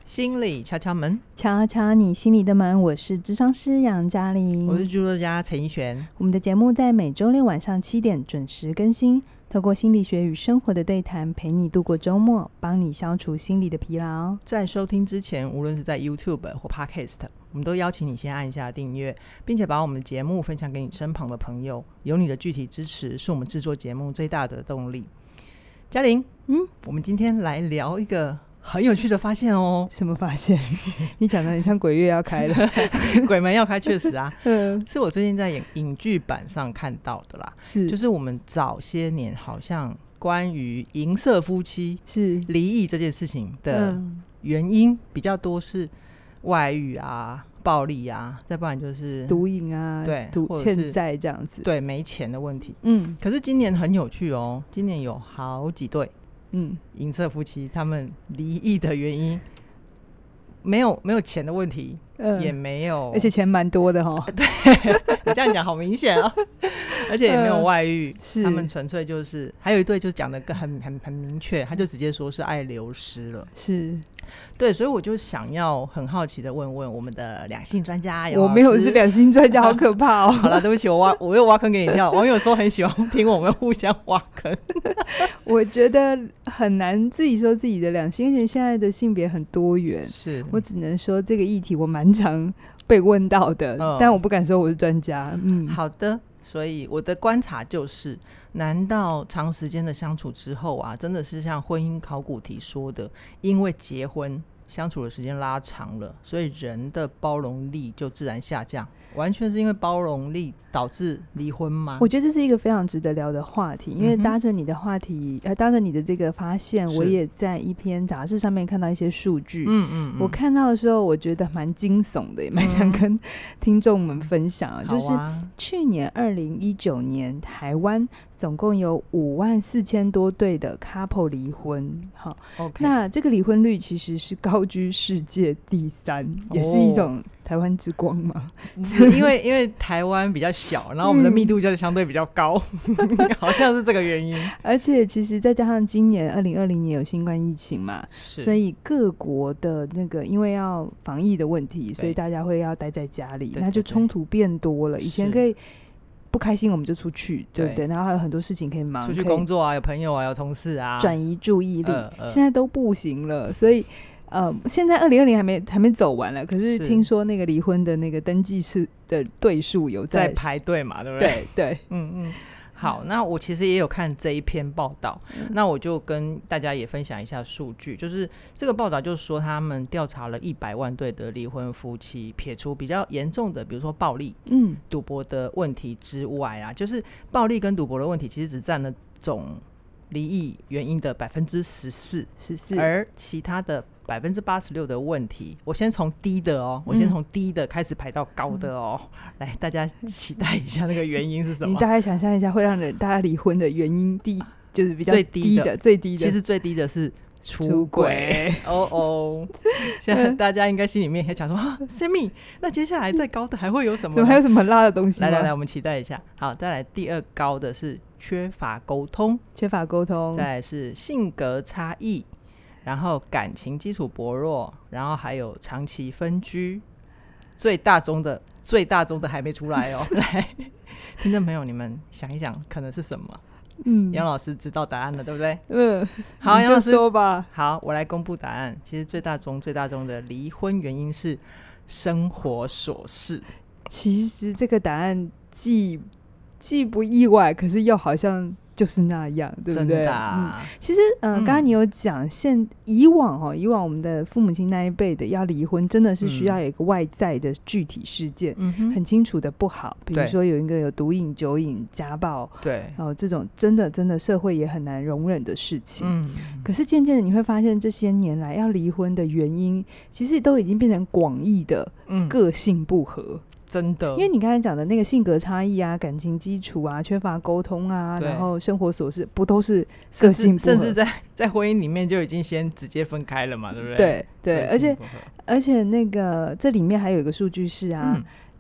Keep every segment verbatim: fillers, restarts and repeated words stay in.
心理敲敲门， 敲敲你心里的门。我是諮商师杨嘉玲， 我是剧作家陈奕璇。 我们的节目在每周六晚上七点准时更新，透过心理学与生活的对谈，陪你度过周末，帮你消除心理的疲劳。 在收听之前，无论是在 YouTube 或 Podcast， 我们都邀请你先按一下订阅，并且把我们的节目分享给你身旁的朋友。有你的具体支持，是我们制作节目最大的动力。嘉玲，嗯，我们今天来聊一个很有趣的发现哦。 什么发现？你讲的很像鬼月要开了。 鬼门要开，确实啊。嗯，是我最近在影剧版上看到的啦。 是， 就是我们早些年好像关于银色夫妻是离异这件事情的原因比较多是外遇啊、暴力啊，再不然就是毒瘾啊， 对， 赌欠债这样子， 对，没钱的问题。 嗯， 可是今年很有趣哦，今年有好几对嗯银色夫妻，他们离异的原因没有没有钱的问题，嗯、也没有， 而且钱蛮多的哦。 对，你这样讲好明显哦。而且也没有外遇， 嗯、 他们纯粹就是还有一对就讲的很很很明确，他就直接说是爱流失了。 是， 对，所以我就想要很好奇的问问我们的两性专家， 我没有是两性专家，好可怕哦。 好了，对不起，我挖我又挖坑给你跳。网友说很喜欢听我们互相挖坑。 我觉得很难自己说自己的两性，而且现在的性别很多元， 是我只能说这个议题我蛮常被问到的，嗯、但我不敢说我是专家。嗯， 好的。所以我的观察就是，难道长时间的相处之后啊，真的是像婚姻考古题说的，因为结婚相处的时间拉长了，所以人的包容力就自然下降？完全是因为包容力导致离婚吗？ 我觉得这是一个非常值得聊的话题，因为搭着你的话题，呃，搭着你的这个发现，我也在一篇杂志上面看到一些数据。嗯嗯，我看到的时候，我觉得蛮惊悚的，也蛮想跟听众们分享、啊嗯、就是去年二零一九年，台湾总共有五万四千多对的 couple 离婚。好， okay. 那这个离婚率其实是高居世界第三，哦、也是一种台湾之光嘛。 因为因为台湾比较小，然后我们的密度就相对比较高，嗯、好像是这个原因。 而且其实再加上今年二零二零年有新冠疫情嘛，所以各国的那个因为要防疫的问题，所以大家会要待在家里，那就冲突变多了。以前可以不开心我们就出去，对不对？然后还有很多事情可以忙， 出去工作啊，有朋友啊，有同事啊， 转移注意力、呃呃、现在都不行了，所以呃，现在二零二零还没还没走完了，可是听说那个离婚的那个登记是的对数有 在, 在排队嘛，对不对？ 对对， 嗯嗯。好，那我其实也有看这一篇报道、嗯、那我就跟大家也分享一下数据，就是这个报道就说他们调查了一百万对的离婚夫妻，撇除比较严重的比如说暴力、嗯、赌博的问题之外啊，就是暴力跟赌博的问题其实只占了总离异原因的百分之十四，十四，而其他的百分之八十六的问题，我先从低的哦，我先从低的开始排到高的哦、嗯、来，大家期待一下那个原因是什么？ 你大概想象一下，会让人大家离婚的原因，低就是比较低的，最低的， 其实最低的是出轨。哦哦，现在大家应该心里面也想说啊 ，Sammy， 那接下来再高的还会有什么？ 还有什么很辣的东西吗？ 来来来，我们期待一下。好，再来第二高的是缺乏沟通， 缺乏沟通， 再来是性格差异。然后感情基础薄弱，然后还有长期分居，最大宗的最大宗的还没出来哦。来，听众朋友，你们想一想，可能是什么？嗯，杨老师知道答案了，对不对？ 嗯， 好，杨老师说吧。 好，我来公布答案。其实最大宗最大宗的离婚原因是生活琐事。 其实这个答案既既不意外，可是又好像就是那样，对不对？ 真的啊嗯、其实，嗯、呃，刚刚你有讲，现以往哦，以往我们的父母亲那一辈的要离婚，真的是需要有一个外在的具体事件，嗯、很清楚的不好，比如说有一个有毒瘾、酒瘾、家暴，对，然后这种真的真的社会也很难容忍的事情。嗯，可是渐渐的你会发现，这些年来要离婚的原因，其实都已经变成广义的个性不合。嗯， 真的， 因为你刚才讲的那个性格差异啊、感情基础啊、缺乏沟通啊，然后生活琐事，不都是个性不合？ 甚至在在婚姻里面就已经先直接分开了嘛，对不对？ 对对，而且而且那个这里面还有一个数据是啊，嗯、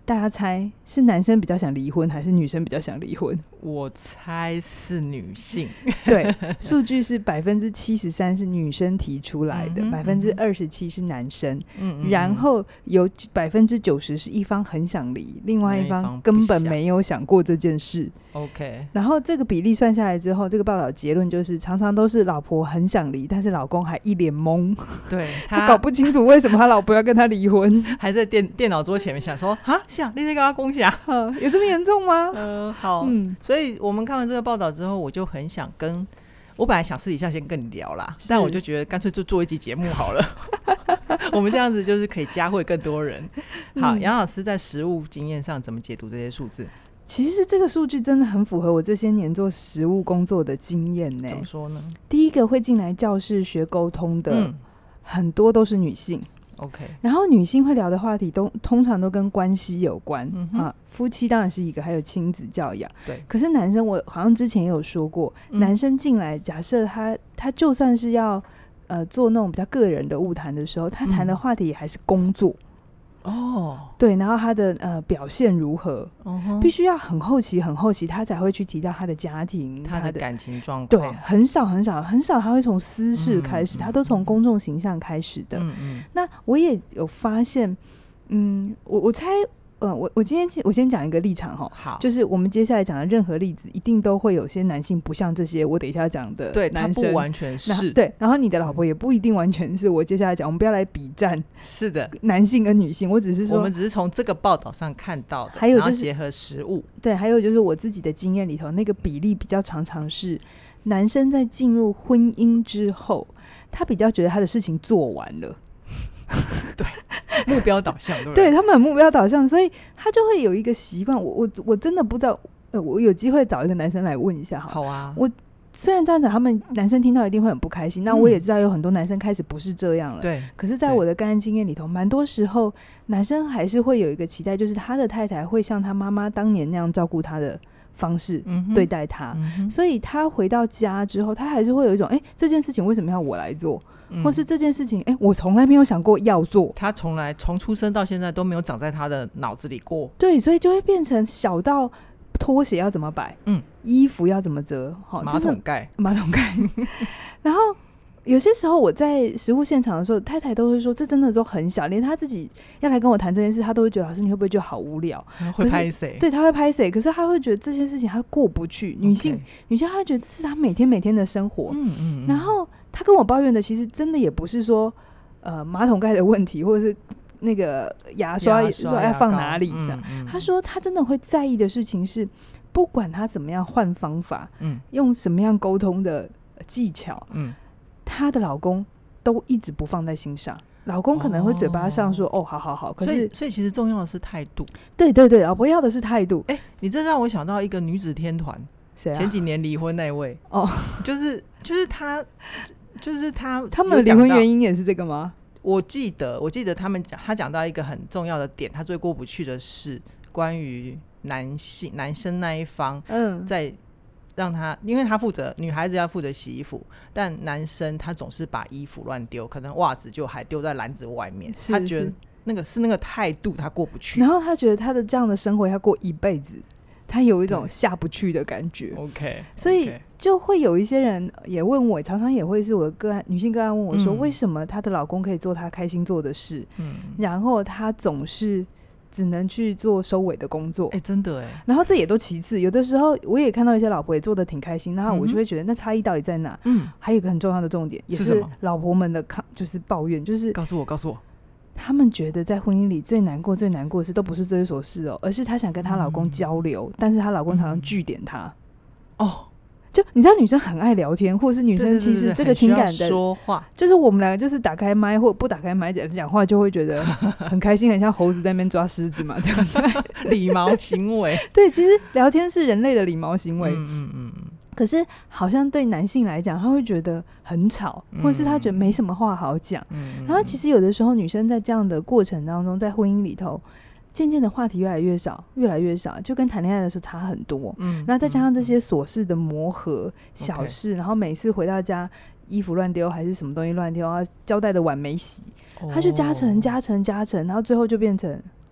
大家猜是男生比较想离婚还是女生比较想离婚？ 我猜是女性。 对，数据是百分之七十三是女生提出来的，百分之二十七是男生，嗯嗯嗯，然后有百分之九十是一方很想离，另外一方根本没有想过这件事。 OK， 然后这个比例算下来之后，这个报道结论就是常常都是老婆很想离，但是老公还一脸懵， 对他, 他搞不清楚为什么他老婆要跟他离婚， 还在 电, 电脑桌前面想说啊，想你在跟他共享， 有这么严重吗？ 呃，好，嗯，所以我们看完这个报道之后，我就很想跟我本来想私底下先跟你聊啦，但我就觉得干脆就做一集节目好了我们这样子就是可以加惠更多人。好，杨老师在实务经验上怎么解读这些数字？ 其实这个数据真的很符合我这些年做实务工作的经验呢。 怎么说呢？ 第一个会进来教室学沟通的、嗯、很多都是女性。 OK， 然后女性会聊的话题都通常都跟关系有关、嗯啊、夫妻当然是一个，还有亲子教养。 对， 可是男生我好像之前也有说过、嗯、男生进来假设他他就算是要呃做那种比较个人的晤谈的时候，他谈的话题也还是工作。哦，对，然后他的呃表现如何、uh-huh. 必须要很后期很后期他才会去提到他的家庭， 他的感情状况。 对，很少很少很少他会从私事开始、嗯、他都从公众形象开始的。嗯嗯，那我也有发现，嗯，我我猜呃，我我今天我先讲一个立场哈， 好， 就是我们接下来讲的任何例子，一定都会有些男性不像这些我等一下讲的男生， 对，他不完全是， 对，然后你的老婆也不一定完全是我接下来讲，我们不要来比战， 是的， 男性跟女性，我只是说， 我们只是从这个报道上看到的， 还有、就是、 然后结合实务， 对，还有就是我自己的经验里头，那个比例比较常常是男生在进入婚姻之后，他比较觉得他的事情做完了。 对，目标导向，对不对？对，他们很目标导向，所以他就会有一个习惯。我我我真的不知道，呃，我有机会找一个男生来问一下哈。 好啊。 我虽然这样讲，他们男生听到一定会很不开心。那我也知道有很多男生开始不是这样了。 对、嗯。 可是，在我的个案经验里头，蛮多时候男生还是会有一个期待，就是他的太太会像他妈妈当年那样照顾他的方式对待他、嗯。所以他回到家之后，他还是会有一种，哎，这件事情为什么要我来做？嗯、或是这件事情，哎，我从来没有想过要做。 他从来从出生到现在都没有长在他的脑子里过。 对，所以就会变成小到拖鞋要怎么摆，嗯，衣服要怎么折，好， 马桶盖， 马桶盖。然后有些时候我在实务现场的时候，太太都会说，这真的都很小，连他自己要来跟我谈这件事，他都会觉得老师你会不会觉得好无聊？ 会拍谁？ 对，他会拍谁？可是他会觉得这件事情他过不去。女性， okay. 女性，她会觉得这是他每天每天的生活。嗯嗯嗯。然后他跟我抱怨的，其实真的也不是说呃马桶盖的问题，或者是那个牙刷说要放哪里上。嗯嗯、他说他真的会在意的事情是，不管他怎么样换方法，嗯，用什么样沟通的技巧，嗯，她的老公都一直不放在心上。老公可能会嘴巴上说 哦, 哦好好好，可是所以所以其实重要的是态度。 对对对，老婆要的是态度。 哎、欸，你这让我想到一个女子天团， 谁啊？ 前几年离婚那位哦，就是就是他就是他他们的离婚原因也是这个吗？ 我记得我记得他们讲他讲到一个很重要的点，他最过不去的是关于男性男生那一方嗯在让他，因为他负责女孩子要负责洗衣服，但男生他总是把衣服乱丢，可能袜子就还丢在篮子外面，他觉得那个是那个态度他过不去， 然后他觉得他的这样的生活要过一辈子，他有一种下不去的感觉。 OK， 所以就会有一些人也问我，常常也会是我的个案女性个案问我说、嗯、为什么她的老公可以做她开心做的事、嗯、然后她总是只能去做收尾的工作。 哎、欸，真的哎。 然后这也都其次，有的时候我也看到一些老婆也做得挺开心，然后我就会觉得那差异到底在哪？嗯，还有一个很重要的重点，也是老婆们的就是抱怨，就是告诉我，告诉我， 他们觉得在婚姻里最难过、最难过的事都不是这些琐事哦，而是她想跟她老公交流，嗯、但是她老公常常句点她。嗯、哦。就你知道女生很爱聊天，或者是女生其实这个情感的说话， 就是我们两个就是打开麦或不打开麦讲话就会觉得很开心，很像猴子在那边抓狮子嘛，对不对？ 礼貌行为。 对，其实聊天是人类的礼貌行为。嗯嗯嗯。可是好像对男性来讲，他会觉得很吵，或者是他觉得没什么话好讲。嗯。然后其实有的时候女生在这样的过程当中，在婚姻里头。渐渐的话题越来越少越来越少，就跟谈恋爱的时候差很多。嗯，那再加上这些琐事的磨合、嗯、小事、okay. 然后每次回到家衣服乱丢还是什么东西乱丢，然后交代的碗没洗、哦、他就加成加成加成，然后最后就变成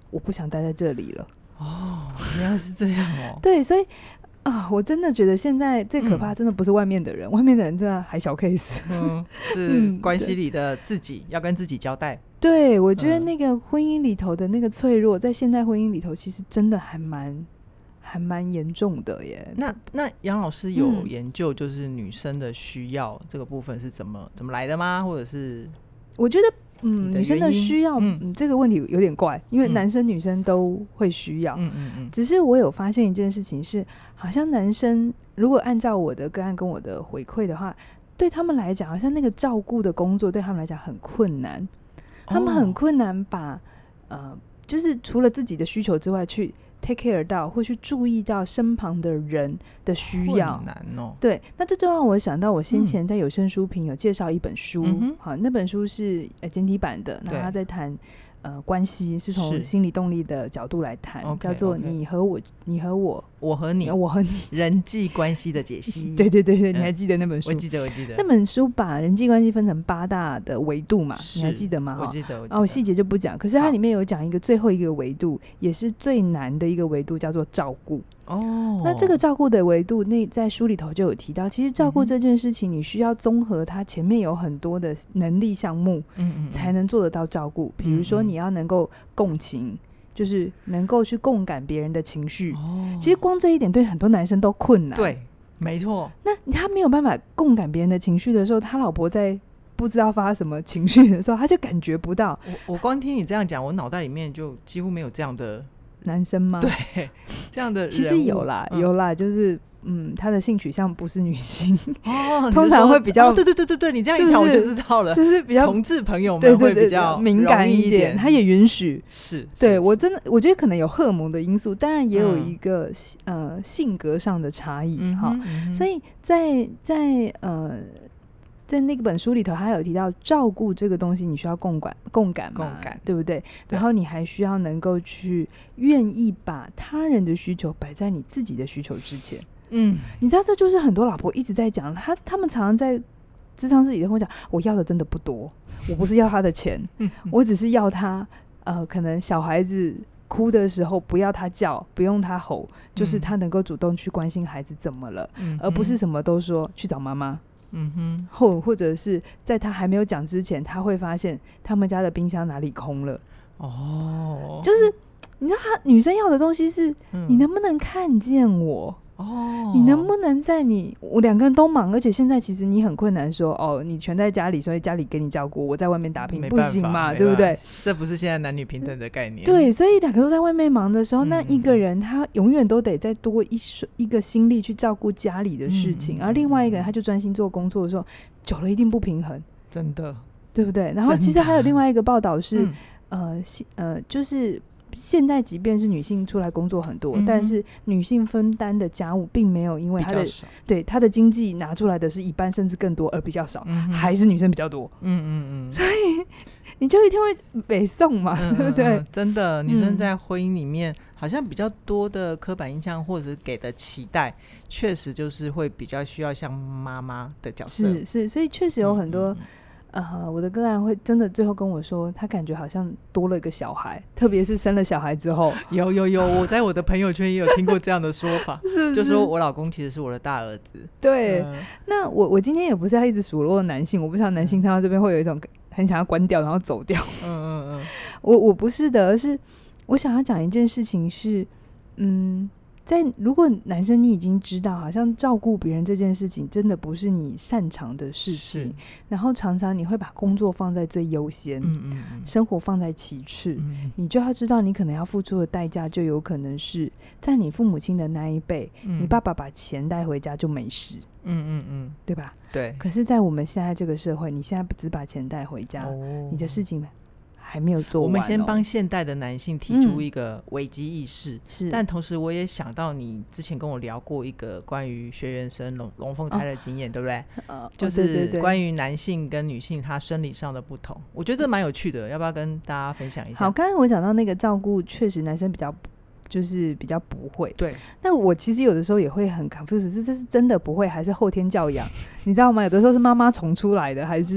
我不想待在这里了。 哦，原来是这样哦。 对，所以啊，我真的觉得现在最可怕真的不是外面的人、嗯、外面的人真的还小 case， 嗯，是关系里的自己、嗯、要跟自己交代。 对，我觉得那个婚姻里头的那个脆弱、嗯、在现代婚姻里头其实真的还蛮还蛮严重的耶。 那那杨老师有研究就是女生的需要、嗯、这个部分是怎么怎么来的吗？或者是我觉得嗯，女生的需要、嗯嗯、这个问题有点怪，因为男生、嗯、女生都会需要。嗯嗯嗯。只是我有发现一件事情是，好像男生如果按照我的个案跟我的回馈的话，对他们来讲，好像那个照顾的工作对他们来讲很困难，哦、他们很困难把呃，就是除了自己的需求之外去take care 到或去注意到身旁的人的需要， 困难哦。 对，那这就让我想到我先前在有声书评有介绍一本书、嗯、好，那本书是、呃、简体版的，那他在谈呃关系，是从心理动力的角度来谈，叫做你和我你和我我和你我和你人际关系的解析。 对对对对，你还记得那本书？ 我记得我记得那本书把人际关系分成八大的维度嘛，你还记得吗？ 我记得我记得。 哦，细节就不讲，可是它里面有讲一个最后一个维度，也是最难的一个维度，叫做照顾。哦，那这个照顾的维度，那在书里头就有提到，其实照顾这件事情，你需要综合它前面有很多的能力项目，嗯嗯，才能做得到照顾。比如说，你要能够共情，就是能够去共感别人的情绪。哦，其实光这一点对很多男生都困难。 对，没错。 那他没有办法共感别人的情绪的时候，他老婆在不知道发什么情绪的时候，他就感觉不到。 我我光听你这样讲，我脑袋里面就几乎没有这样的男生吗？ 对，这样的人其实有啦、嗯、有啦，就是嗯，他的性取向不是女性哦， 通常会比较、 哦、对对对对对，你这样一讲我就知道了， 就是比较同志朋友们会比较敏感一点，他也允许。 是， 对是我真的我觉得可能有荷尔蒙的因素，当然也有一个、嗯、呃性格上的差异哈、嗯嗯，所以在在呃。在那本书里头还有提到照顾这个东西你需要共感共感嘛， 共感对不 对, 对然后你还需要能够去愿意把他人的需求摆在你自己的需求之前。嗯，你知道这就是很多老婆一直在讲，他他们常常在职场室里跟我讲，我要的真的不多，我不是要他的钱我只是要他呃，可能小孩子哭的时候不要他叫，不用他吼，就是他能够主动去关心孩子怎么了、嗯、而不是什么都说去找妈妈。嗯哼，或或者是在他还没有讲之前，他会发现他们家的冰箱哪里空了。哦，就是你知道他女生要的东西是、嗯、你能不能看见我哦，你能不能在你我两个人都忙，而且现在其实你很困难说哦，你全在家里，所以家里给你照顾，我在外面打拼不行嘛，对不对？ 这不是现在男女平等的概念。 对，所以两个都在外面忙的时候、嗯、那一个人他永远都得再多 一, 一个心力去照顾家里的事情、嗯、而另外一个人他就专心做工作的时候，久了一定不平衡， 真的， 对不对？然后其实还有另外一个报道是、嗯、呃呃就是现在即便是女性出来工作很多、嗯、但是女性分担的家务并没有因为她的对她的经济拿出来的是一半甚至更多而比较少、嗯、还是女生比较多。嗯嗯嗯，所以你就一定会北宋嘛、嗯、对不对、嗯、 真的女生在婚姻里面、嗯、好像比较多的刻板印象或者是给的期待确实就是会比较需要像妈妈的角色。 是是，所以确实有很多、嗯嗯呃，我的个案会真的最后跟我说，他感觉好像多了一个小孩，特别是生了小孩之后。 有有有，我在我的朋友圈也有听过这样的说法，是不是？就说我老公其实是我的大儿子。 对，呃、那我我今天也不是要一直数落男性，我不知道男性看到这边会有一种很想要关掉然后走掉。嗯嗯嗯，我我不是的，而是我想要讲一件事情是，嗯。在如果男生你已经知道好像照顾别人这件事情真的不是你擅长的事情，然后常常你会把工作放在最优先、嗯嗯嗯、生活放在其次、嗯、你就要知道你可能要付出的代价就有可能是在你父母亲的那一辈、嗯、你爸爸把钱带回家就没事，嗯嗯嗯，对吧？ 对。 可是在我们现在这个社会，你现在只把钱带回家、哦、你的事情还没有做完、哦、 我们先帮现代的男性提出一个危机意识、嗯、是，但同时我也想到你之前跟我聊过一个关于学员生龙龙凤胎的经验、哦、对不对、呃、就是关于男性跟女性他生理上的不同，我觉得蛮有趣的，要不要跟大家分享一下？ 好，刚才我讲到那个照顾确实男生比较就是比较不会， 对， 但我其实有的时候也会很 confused， 是这是真的不会还是后天教养你知道吗？有的时候是妈妈宠出来的还是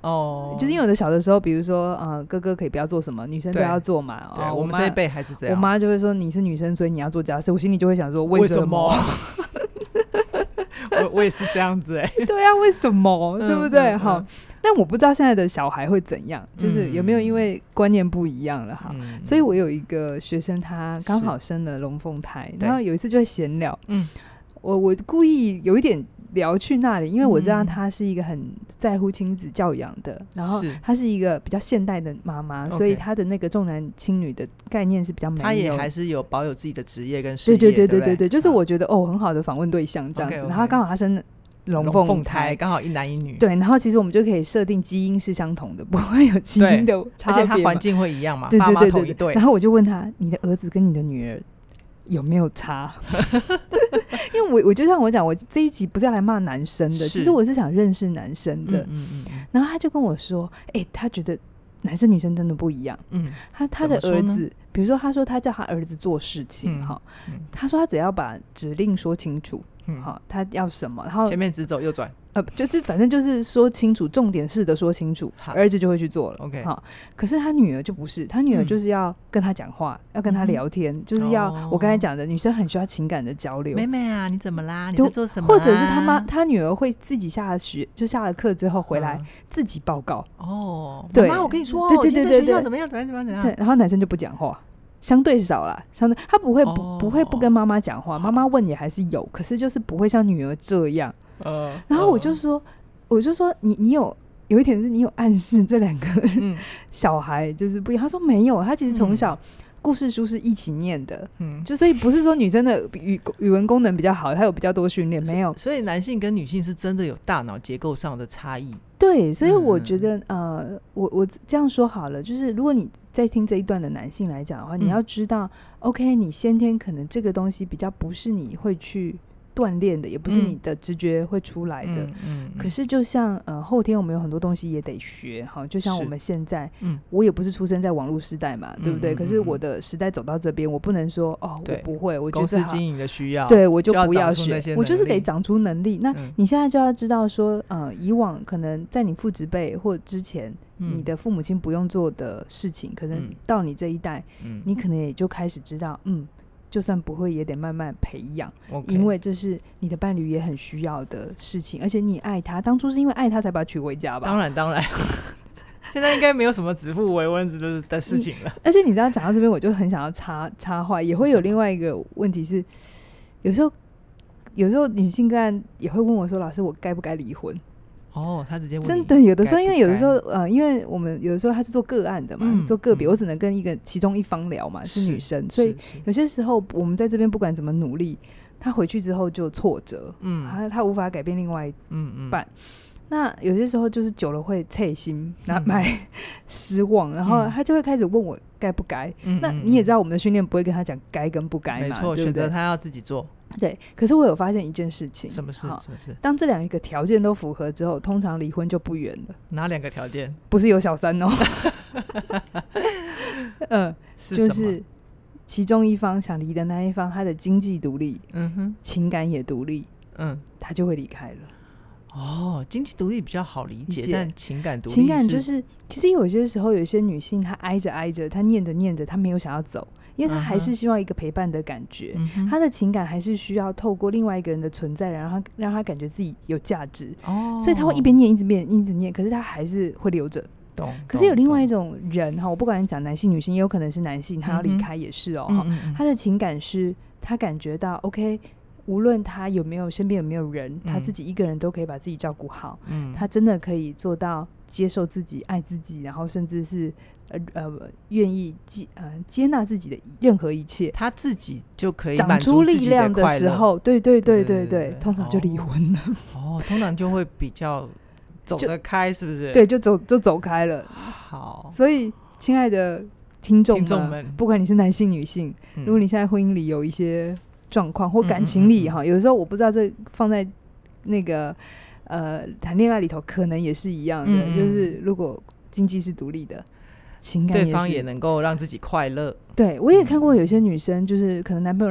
哦，就是因为有的小的时候，比如说呃，哥哥可以不要做什么，女生都要做嘛。 对， 哦、 我们这一辈还是这样。 我妈就会说你是女生，所以你要做家事。我心里就会想说，为什么？ 我我也是这样子哎、 欸。对啊，为什么？嗯、对不对？好、嗯，但我不知道现在的小孩会怎样，就是有没有因为观念不一样了哈。嗯、所以我有一个学生，他刚好生了龙凤胎，然后有一次就会闲聊，嗯，我我故意有一点聊去那里，因为我知道他是一个很在乎亲子教养的，嗯、然后他是一个比较现代的妈妈，所以他的那个重男轻女的概念是比较没有， 他也还是有保有自己的职业跟事业， 对对对对对对, 对，就是我觉得、啊、哦很好的访问对象这样子， okay, okay 然后刚好他生龙凤胎， 刚好一男一女， 对，然后其实我们就可以设定基因是相同的，不会有基因的差别， 而且他环境会一样嘛， 对对对对对， 爸妈同一对。 然后我就问他，你的儿子跟你的女儿有没有差？因为我我就像我讲，我这一集不是要来骂男生的，其实我是想认识男生的。嗯嗯嗯，然后他就跟我说，哎、欸，他觉得男生女生真的不一样。嗯，他他的儿子，比如说他说他叫他儿子做事情哈、嗯嗯，他说他只要把指令说清楚，嗯，好，他要什么，然后前面直走右转。 呃，就是反正就是说清楚，重点式的说清楚，儿子就会去做了。OK， 好。可是他女儿就不是，他女儿就是要跟他讲话、嗯，要跟他聊天，嗯、就是要、哦、我刚才讲的，女生很需要情感的交流。 妹妹啊，你怎么啦？你在做什么、啊？ 或者是他妈，他女儿会自己下了学，就下了课之后回来、嗯、自己报告。 哦，对，妈妈，我跟你说， 对对对对对， 怎么样怎么样怎么样怎么样？ 对，然后男生就不讲话。相对少啦，相对他不会不、哦、不会不跟妈妈讲话，妈妈问也还是有，可是就是不会像女儿这样。呃、然后我就说。呃我就说你你有有一点是你有暗示这两个、嗯、小孩就是不一样，他说没有，他其实从小故事书是一起念的，嗯，就所以不是说女生的语语文功能比较好，她有比较多训练，没有， 所以男性跟女性是真的有大脑结构上的差异。 对，所以我觉得、嗯、呃，我我这样说好了，就是如果你在听这一段的男性来讲的话，嗯、你要知道 ，OK， 你先天可能这个东西比较不是你会去锻炼的，也不是你的直觉会出来的。嗯嗯、可是就像呃后天我们有很多东西也得学哈，就像我们现在，嗯，我也不是出生在网络时代嘛，嗯、对不对？嗯、可是我的时代走到这边，我不能说哦，我不会，我觉得公司经营的需要， 对我就不要学，我就是得长出能力。那你现在就要知道说，呃，以往可能在你父执辈或之前。嗯、你的父母亲不用做的事情，可能到你这一代，嗯、你可能也就开始知道，嗯。就算不会也得慢慢培养、okay. 因为这是你的伴侣也很需要的事情，而且你爱他，当初是因为爱他才把他娶回家吧？ 当然当然现在应该没有什么指腹为婚 的, 的事情了、嗯、 而且你知道讲到这边我就很想要插插话，也会有另外一个问题是有时候有时候女性个案也会问我说，老师我该不该离婚？ 哦，他直接问你真的有的时候，因为有的时候呃，因为我们有的时候他是做个案的嘛，嗯、做个别、嗯，我只能跟一个其中一方聊嘛，是女生，所以有些时候我们在这边不管怎么努力，他回去之后就挫折，嗯，他他无法改变另外一半。嗯嗯，那有些时候就是久了会脆心，然后买、嗯、失望，然后他就会开始问我该不该。嗯、那你也知道我们的训练不会跟他讲该跟不该嘛， 没错，选择他要自己做。 对，可是我有发现一件事情。 什么事？什么事？ 当这两个条件都符合之后，通常离婚就不远了。 哪两个条件？ 不是有小三哦。嗯，是就是其中一方想离的那一方，他的经济独立，嗯哼，情感也独立，嗯，他就会离开了。 哦，经济独立比较好理解，理解但情感独立， 情感就是其实有些时候，有一些女性她挨着挨着，她念着念着，她没有想要走。因为他还是希望一个陪伴的感觉、嗯、他的情感还是需要透过另外一个人的存在，然后他让他感觉自己有价值、哦、所以他会一边念一直念一直念，可是他还是会留着。可是有另外一种人，我不管你讲男性女性，也有可能是男性，他要离开也是哦、嗯嗯、他的情感是他感觉到 OK，无论他有没有身边有没有人、嗯、他自己一个人都可以把自己照顾好、嗯、他真的可以做到接受自己爱自己，然后甚至是呃呃愿意接呃接纳自己的任何一切， 他自己就可以长出力量的时候，对对对对 对, 对, 对，通常就离婚了。 哦, 哦通常就会比较走得开，是不是？ 对，就走就走开了。 好， 所以亲爱的听众 们, 众们不管你是男性女性、嗯、如果你现在婚姻里有一些状况或感情里、嗯嗯嗯、有的时候我不知道这放在那个呃谈恋爱里头可能也是一样的、嗯、就是如果经济是独立的，情感也是对方也能够让自己快乐。 对，我也看过有些女生就是可能男朋友让她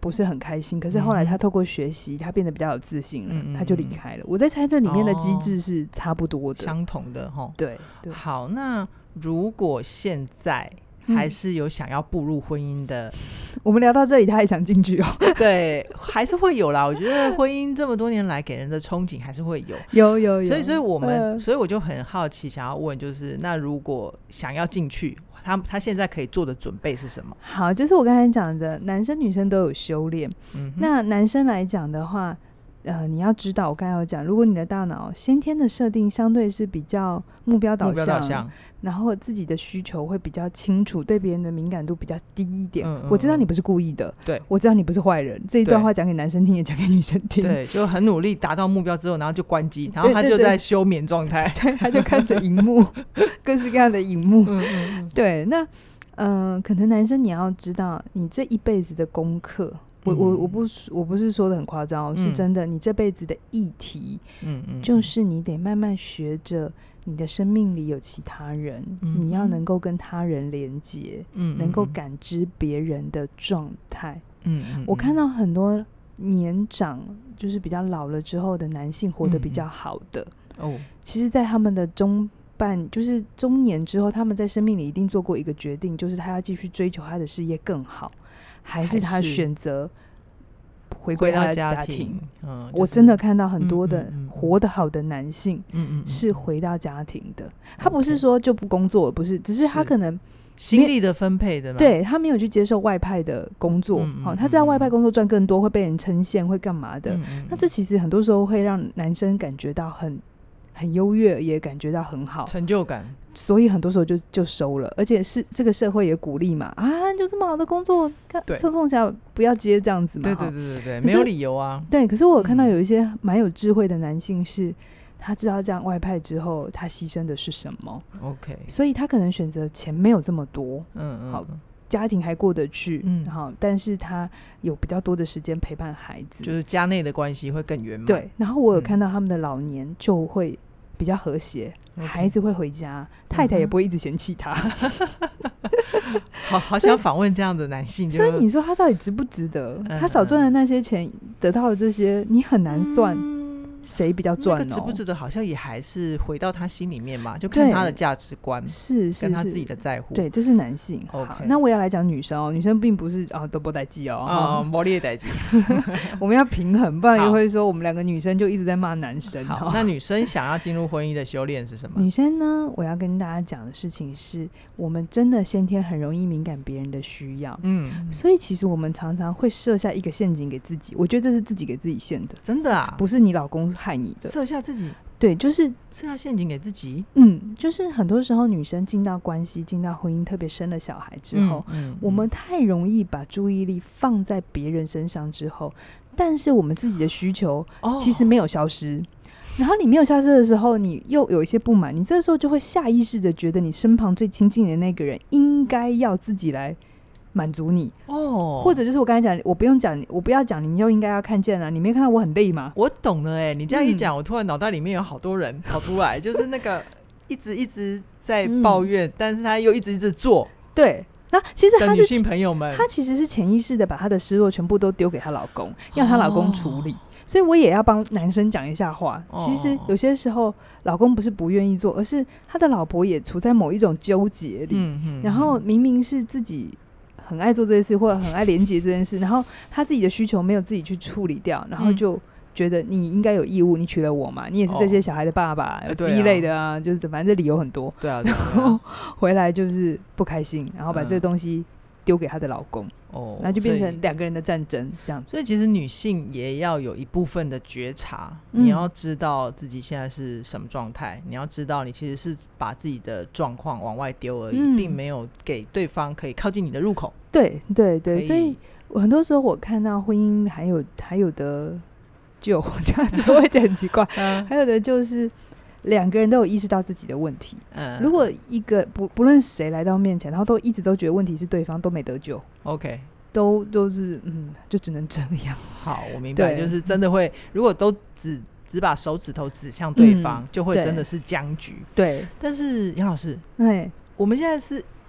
不是很开心，可是后来他透过学习他变得比较有自信了，嗯、他就离开了。我在猜这里面的机制是差不多的、哦、 相同的齁。 对，对， 好，那如果现在还是有想要步入婚姻的、 嗯、我们聊到这里他还想进去哦。 对，还是会有啦。我觉得婚姻这么多年来给人的憧憬还是会有有有有， 所以所以我们、呃、所以我就很好奇想要问，就是那如果想要进去，他他现在可以做的准备是什么？ 好，就是我刚才讲的男生女生都有修炼、嗯、那男生来讲的话呃，你要知道我刚才有讲，如果你的大脑先天的设定相对是比较目标导向, 目标导向然后自己的需求会比较清楚，对别人的敏感度比较低一点、嗯嗯、我知道你不是故意的， 对， 我知道你不是坏人，这一段话讲给男生听也讲给女生听， 对，就很努力达到目标之后然后就关机，然后他就在休眠状态， 对，他就看着荧幕各式各样的荧幕嗯嗯嗯对，那嗯、呃，可能男生你要知道你这一辈子的功课，我我我不我不是说的很夸张、嗯、是真的，你这辈子的议题，嗯嗯，就是你得慢慢学着你的生命里有其他人，嗯、你要能够跟他人连接，嗯，能够感知别人的状态，嗯, 嗯，我看到很多年长就是比较老了之后的男性活得比较好的，嗯、哦，其实在他们的中半就是中年之后，他们在生命里一定做过一个决定，就是他要继续追求他的事业更好，还是他选择回归他的家庭, 家庭、嗯就是、我真的看到很多的活得好的男性是回到家庭的、嗯嗯嗯、他不是说就不工作，不是，只是他可能心力的分配的嘛， 对，他没有去接受外派的工作、嗯嗯哦、他知道外派工作赚更多会被人称羡会干嘛的、嗯嗯、那这其实很多时候会让男生感觉到很很优越，也感觉到很好成就感， 所以很多时候就就收了，而且是这个社会也鼓励嘛，啊，就这么好的工作，冲冲下不要接这样子嘛， 对对对对对，没有理由啊。 对，可是我有看到有一些蛮有智慧的男性是，嗯、他知道这样外派之后，他牺牲的是什么 ，OK， 所以他可能选择钱没有这么多，嗯嗯，好，家庭还过得去，嗯，好，但是他有比较多的时间陪伴孩子， 就是家内的关系会更圆满。 对，然后我有看到他们的老年就会比较和谐、okay. 孩子会回家，太太也不会一直嫌弃他、 嗯、好好想访问这样的男性， 所以你说他到底值不值得、嗯、他少赚的那些钱得到的这些你很难算、嗯谁比较赚哦？ 那个值不值得好像也还是回到他心里面嘛，就看他的价值观， 是是跟他自己的在乎。 对，这是男性。 Okay. 好，那我要来讲女生哦，女生并不是啊都不代际哦， 哦，没你的代际。 我们要平衡，不然又会说我们两个女生就一直在骂男生。 好，那女生想要进入婚姻的修炼是什么？ 女生呢，我要跟大家讲的事情是，我们真的先天很容易敏感别人的需要，嗯，所以其实我们常常会设下一个陷阱给自己，我觉得这是自己给自己陷的， 真的啊， 不是你老公害你的， 设下自己， 对，就是设下陷阱给自己。 嗯，就是很多时候女生进到关系、进到婚姻，特别生了小孩之后、嗯嗯、我们太容易把注意力放在别人身上之后，但是我们自己的需求其实没有消失、哦、然后你没有消失的时候，你又有一些不满，你这时候就会下意识的觉得你身旁最亲近的那个人应该要自己来满足你哦，或者就是我刚才讲，我不用讲，我不要讲，你又应该要看见啊！你没看到我很累吗？ 我懂了哎、欸，你这样一讲、嗯，我突然脑袋里面有好多人跑出来，就是那个一直一直在抱怨、嗯，但是他又一直一直做。 对，那其实他是女性朋友们， 他其实是潜意识的把他的失落全部都丢给她老公，让她老公处理。哦，所以我也要帮男生讲一下话、哦、其实有些时候老公不是不愿意做，而是他的老婆也处在某一种纠结里、嗯嗯、然后明明是自己很爱做这件事或者很爱连结这件事，然后他自己的需求没有自己去处理掉，然后就觉得你应该有义务，你娶了我嘛，你也是这些小孩的爸爸，有这一类的啊，就是反正这理由很多， 对啊，对啊， 然后回来就是不开心，然后把这个东西丢给她的老公，哦，那就变成两个人的战争这样子。 所以其实女性也要有一部分的觉察、嗯、你要知道自己现在是什么状态，你要知道你其实是把自己的状况往外丢而已、嗯、并没有给对方可以靠近你的入口。 对对对，所以很多时候我看到婚姻还有还有的就这样子会觉得很奇怪、嗯、还有的就是两个人都有意识到自己的问题、嗯、如果一个 不, 不论谁来到面前，然后都一直都觉得问题是对方，都没得救 OK， 都都是嗯，就只能这样。 好，我明白，就是真的会，如果都只只把手指头指向对方、嗯、就会真的是僵局。 对， 但是杨老师， 对， 我们现在是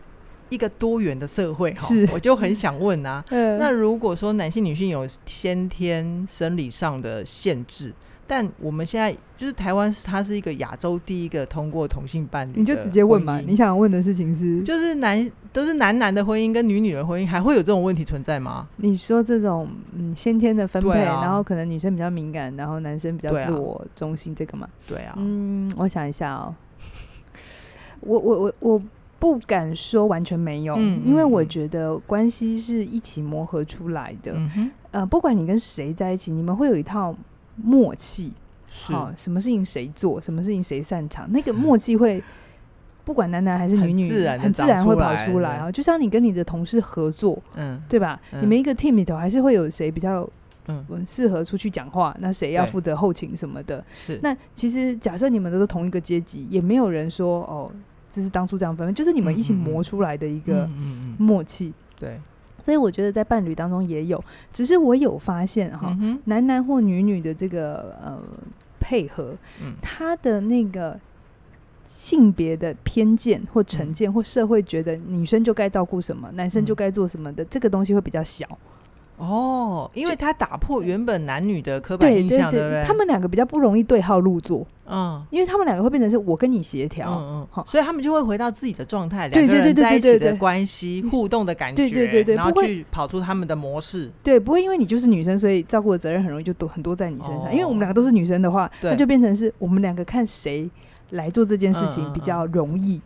一个多元的社会哈， 是我就很想问啊， 嗯、 那如果说男性女性有先天生理上的限制，但我们现在就是台湾，它是一个亚洲第一个通过同性伴侣的， 你就直接问嘛。你想问的事情是， 就是男都是男男的婚姻跟女女的婚姻，还会有这种问题存在吗？ 你说这种嗯先天的分配、 啊， 然后可能女生比较敏感，然后男生比较自我中心，这个嘛？ 对啊。 嗯，我想一下哦，我我我我不敢说完全没有，嗯、因为我觉得关系是一起磨合出来的。嗯哼，呃，不管你跟谁在一起，你们会有一套默契。好，什么事情谁做，什么事情谁擅长，那个默契会不管男男还是女女， 很自然很自然会跑出来啊。就像你跟你的同事合作，嗯，对吧？嗯、你们一个 team 里头还是会有谁比较嗯适合出去讲话，那谁要负责后勤什么的。 是。 那其实假设你们都是同一个阶级，也没有人说哦，这是当初这样分，就是你们一起磨出来的一个默契。嗯嗯嗯嗯、对。所以我觉得在伴侣当中也有，只是我有发现哈，嗯、男男或女女的这个呃配合，嗯、他的那个性别的偏见或成见，嗯、或社会觉得女生就该照顾什么，男生就该做什么的，嗯、这个东西会比较小。 哦，因为他打破原本男女的刻板印象， 对, 对, 对, 对不对？ 他们两个比较不容易对号入座，嗯，因为他们两个会变成是我跟你协调，嗯嗯，所以他们就会回到自己的状态，两个人在一起的关系互动的感觉，对对对对，然后去跑出他们的模式， 对，不会因为你就是女生，所以照顾的责任很容易就多很多在你身上，哦、因为我们两个都是女生的话，那就变成是我们两个看谁来做这件事情比较容易。嗯嗯嗯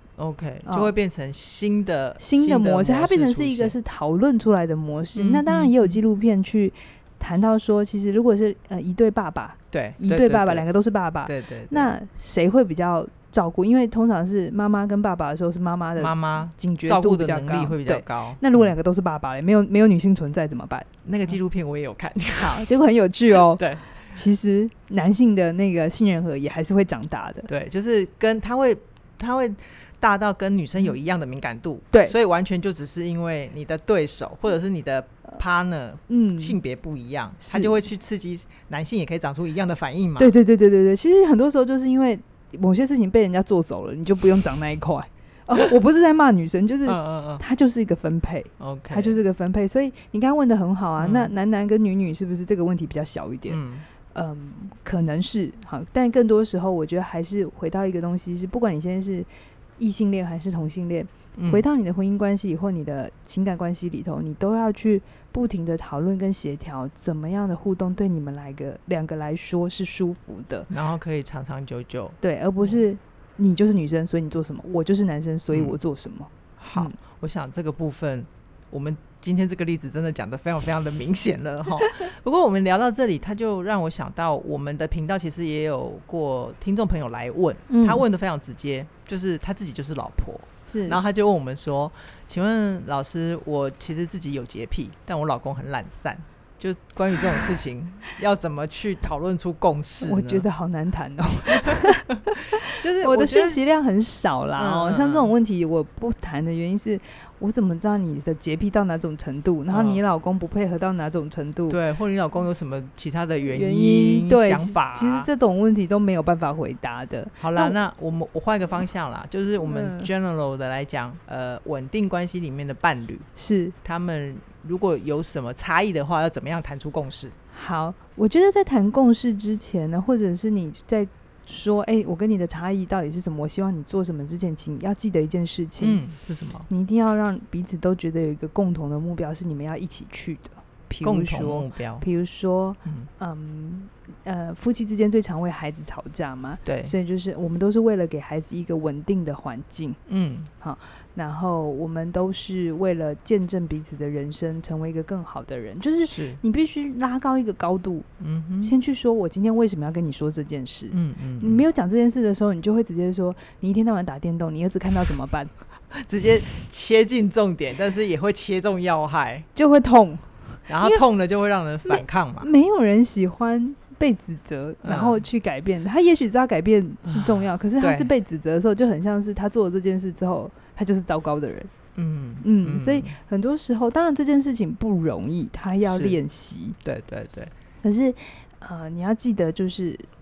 OK， 就会变成新的、哦、 新的模式，它变成是一个是讨论出来的模式。嗯、那当然也有纪录片去谈到说，其实如果是呃一对爸爸， 对， 一对爸爸，两个都是爸爸， 对 对, 对， 那谁会比较照顾？因为通常是妈妈跟爸爸的时候，是妈妈的妈妈警觉度比较高，照顾的能力会比较高。 那如果两个都是爸爸了，没有没有女性存在怎么办？ 那个纪录片我也有看， 好，结果很有趣哦。 对。 其实男性的那个杏仁核也还是会长大的， 对，就是跟他会他会大到跟女生有一样的敏感度， 对， 所以完全就只是因为你的对手或者是你的 partner 嗯性别不一样，他就会去刺激男性也可以长出一样的反应嘛。 对对对对对对，其实很多时候就是因为某些事情被人家做走了，你就不用长那一块。哦，我不是在骂女生，就是它就是一个分配，它就是一个分配。所以你刚刚问的很好啊，嗯、那男男跟女女是不是这个问题比较小一点？嗯。嗯，可能是好，但更多时候我觉得还是回到一个东西是，不管你现在是异性恋还是同性恋，嗯、回到你的婚姻关系或你的情感关系里头，你都要去不停的讨论跟协调，怎么样的互动对你们来个两个来说是舒服的， 然后可以长长久久， 对，而不是你就是女生所以你做什么，我就是男生所以我做什么。嗯、 好、嗯，我想这个部分我们今天这个例子真的讲得非常非常的明显了哈。不过我们聊到这里，他就让我想到我们的频道其实也有过听众朋友来问、嗯、他问得非常直接，就是他自己就是老婆，是，然后他就问我们说，请问老师，我其实自己有洁癖，但我老公很懒散，就关于这种事情要怎么去讨论出共识呢？ 我觉得好难谈哦。 就是我的讯息量很少啦哦、嗯、像这种问题我不谈的原因是，我怎么知道你的洁癖到哪种程度，然后你老公不配合到哪种程度， 对，或者你老公有什么其他的原因、原因对想法， 其实这种问题都没有办法回答的。 好啦，那我们我换一个方向啦，就是我们 general 的来讲、嗯、呃，稳定关系里面的伴侣是他们如果有什么差异的话，要怎么样谈出共识？ 好，我觉得在谈共识之前呢，或者是你在说哎、欸，我跟你的差异到底是什么，我希望你做什么之前，请要记得一件事情， 嗯，是什么？ 你一定要让彼此都觉得有一个共同的目标是你们要一起去的。比如说共同目标， 比如说 嗯, 嗯呃，夫妻之间最常为孩子吵架嘛， 对， 所以就是我们都是为了给孩子一个稳定的环境，嗯，好，然后我们都是为了见证彼此的人生，成为一个更好的人，就是你必须拉高一个高度，嗯哼，先去说我今天为什么要跟你说这件事，嗯 嗯, 嗯，你没有讲这件事的时候，你就会直接说你一天到晚打电动，你儿子看到怎么办？ 直接切进重点，但是也会切中要害， 就会痛。 然后痛了就会让人反抗嘛， 没有人喜欢被指责然后去改变、嗯、他也许知道改变是重要、啊、可是他是被指责的时候就很像是他做了这件事之后他就是糟糕的人，嗯 嗯, 嗯，所以很多时候当然这件事情不容易，他要练习， 对对对， 可是呃，你要记得就是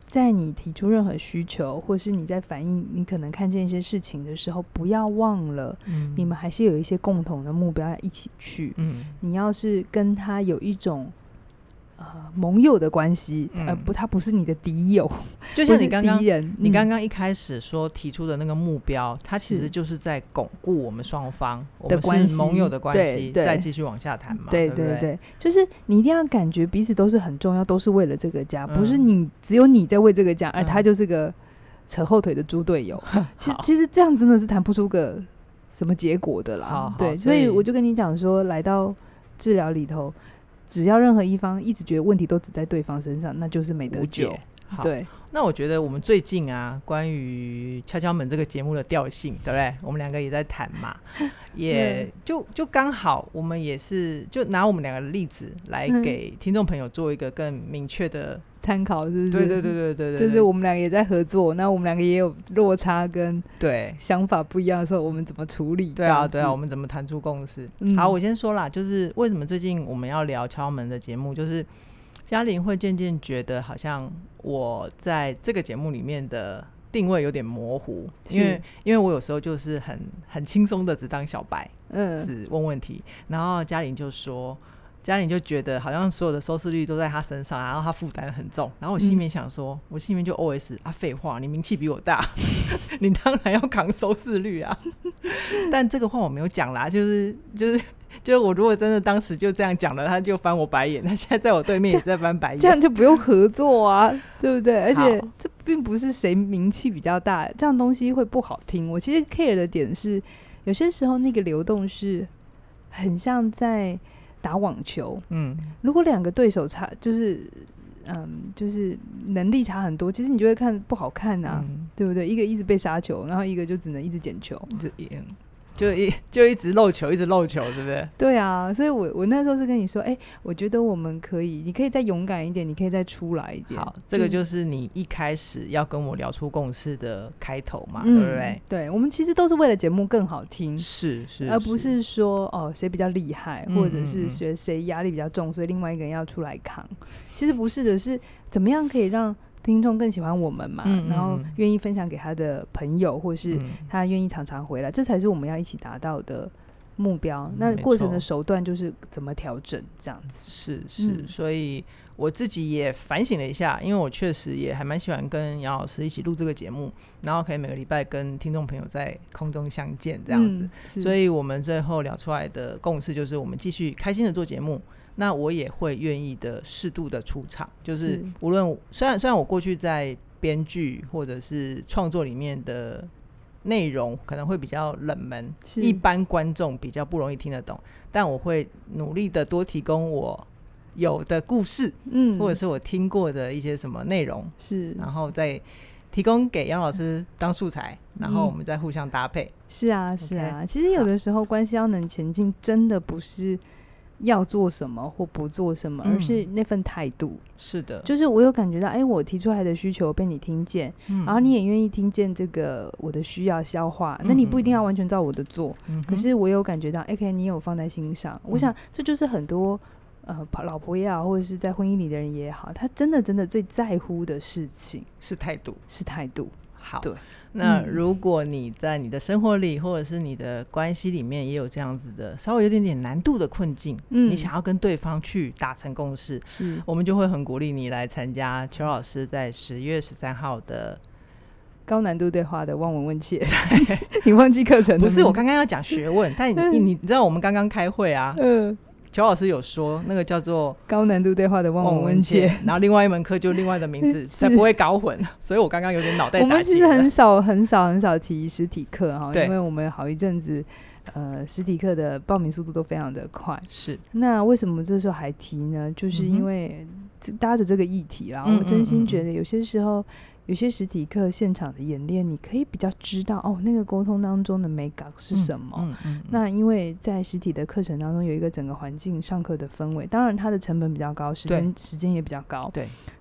在你提出任何需求，或是你在反映你可能看见一些事情的时候，不要忘了、嗯、你们还是有一些共同的目标要一起去、嗯、你要是跟他有一种呃盟友的关系、嗯、呃不，他不是你的敌友， 就像你刚刚、 嗯、 你刚刚一开始说提出的那个目标，它其实就是在巩固我们双方我们是盟友的关系，再继续往下谈嘛。 对对, 对对对，就是你一定要感觉彼此都是很重要，都是为了这个家、嗯、不是你只有你在为这个家、嗯、而他就是个扯后腿的猪队友其实其实这样真的是谈不出个什么结果的啦。好好对，所以, 所以我就跟你讲说，来到治疗里头，只要任何一方一直觉得问题都只在对方身上，那就是没得救。对， 那我觉得我们最近啊，关于敲敲门这个节目的调性，对不对？我们两个也在谈嘛，也就就刚好，我们也是就拿我们两个的例子来给听众朋友做一个更明确的参考，是不是？ 对对对对对对， 就是我们两个也在合作，那我们两个也有落差跟对想法不一样的时候，我们怎么处理？ 对啊对啊，我们怎么谈出共识、嗯、好，我先说啦，就是为什么最近我们要聊敲门的节目，就是嘉玲会渐渐觉得好像我在这个节目里面的定位有点模糊，因为因为我有时候就是很很轻松的只当小白，嗯，只问问题，然后嘉玲就说嘉玲就觉得好像所有的收视率都在他身上，然后他负担很重，然后我心里面想说、嗯、我心里面就 O S 啊，废话，你名气比我大你当然要扛收视率啊但这个话我没有讲啦，就是就是就是我如果真的当时就这样讲了，他就翻我白眼，他现在在我对面也在翻白眼， 这样就不用合作啊对不对？而且这并不是谁名气比较大，这样东西会不好听。我其实 care 的点是，有些时候那个流动是很像在打网球，嗯，如果两个对手差就是嗯，就是能力差很多，其实你就会看不好看啊、嗯、对不对？一个一直被杀球，然后一个就只能一直捡球， 就一就一直漏球一直漏球，对不对？ 对啊，所以我我那时候是跟你说，哎、欸，我觉得我们可以，你可以再勇敢一点，你可以再出来一点。 好，这个就是你一开始要跟我聊出共识的开头嘛、嗯、对不对？ 对，我们其实都是为了节目更好听， 是是， 而不是说哦谁比较厉害、嗯、或者是谁谁压力比较重，所以另外一个人要出来扛。其实不是的，是怎么样可以让听众更喜欢我们嘛、嗯嗯、然后愿意分享给他的朋友，或是他愿意常常回来、嗯、这才是我们要一起达到的目标、嗯、那过程的手段就是怎么调整这样子。 是是、嗯、所以我自己也反省了一下，因为我确实也还蛮喜欢跟杨老师一起录这个节目，然后可以每个礼拜跟听众朋友在空中相见这样子、嗯、所以我们最后聊出来的共识就是我们继续开心的做节目，那我也会愿意的适度的出场，就是无论虽然虽然我过去在编剧或者是创作里面的内容可能会比较冷门，一般观众比较不容易听得懂，但我会努力的多提供我有的故事、嗯、或者是我听过的一些什么内容，是然后再提供给杨老师当素材，然后我们再互相搭配、嗯、 是啊是啊、okay? 其实有的时候关系要能前进，真的不是要做什么或不做什么、嗯、而是那份态度。 是的， 就是我有感觉到哎，我提出来的需求被你听见、嗯、然后你也愿意听见这个我的需要消化、嗯、那你不一定要完全照我的做、嗯、可是我有感觉到 OK 你有放在心上、嗯、我想这就是很多呃，老婆也好或者是在婚姻里的人也好，他真的真的最在乎的事情是态度， 是态度。 好，对，那如果你在你的生活里、嗯、或者是你的关系里面也有这样子的稍微有点点难度的困境、嗯、你想要跟对方去达成共识，是我们就会很鼓励你来参加邱老师在十月十三号的高难度对话的望闻问切你忘记课程？ 不是，我刚刚要讲学问但 你, 你知道我们刚刚开会啊嗯邱老师有说那个叫做高难度对话的望闻问切， 然后另外一门课就另外的名字才不会搞混，所以我刚刚有点脑袋打结了。 我们其实很少很少很少提实体课，因为我们好一阵子呃实体课的报名速度都非常的快。是，那为什么这时候还提呢？就是因为搭着这个议题啦、嗯、我真心觉得有些时候有些实体课现场的演练，你可以比较知道哦，那个沟通当中的美感是什么、嗯嗯嗯、那因为在实体的课程当中有一个整个环境上课的氛围，当然它的成本比较高，时间时间也比较高，对，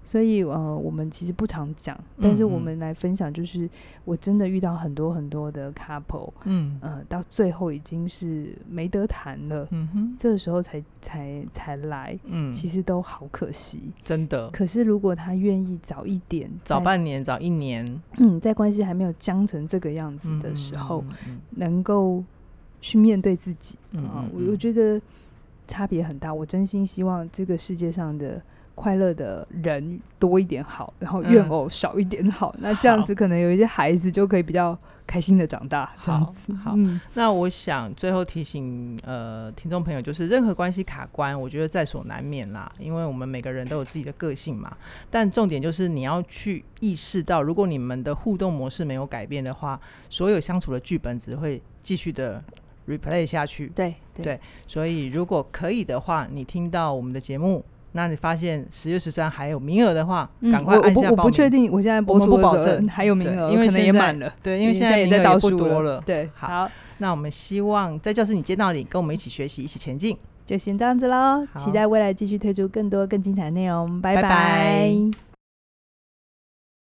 所以呃，我们其实不常讲，但是我们来分享，就是我真的遇到很多很多的 couple， 嗯，呃，到最后已经是没得谈了，嗯哼，这个时候才才才来，嗯，其实都好可惜， 真的。 可是如果他愿意早一点， 早半年，早一年， 嗯，在关系还没有僵成这个样子的时候，嗯嗯嗯嗯，能够去面对自己，嗯嗯嗯，啊，我我觉得差别很大。我真心希望这个世界上的快乐的人多一点好，然后怨偶少一点好，嗯，那这样子可能有一些孩子就可以比较开心的长大。这样子好，好，嗯，那我想最后提醒呃听众朋友，就是任何关系卡关，我觉得在所难免啦，因为我们每个人都有自己的个性嘛。但重点就是你要去意识到，如果你们的互动模式没有改变的话，所有相处的剧本只会继续的replay 下去。 对 对, 对，所以如果可以的话，你听到我们的节目，那你发现十月十三还有名额的话，赶、嗯、快按下报名。 我 不, 我不确定，我现在播出的时候不保证还有名额，因为可能也满了。 对，因为现在名额也不多了。 对，好，好， 那我们希望在教室你见到你，跟我们一起学习，一起前进。 就先这样子咯，期待未来继续推出更多更精彩的内容。拜拜。拜拜。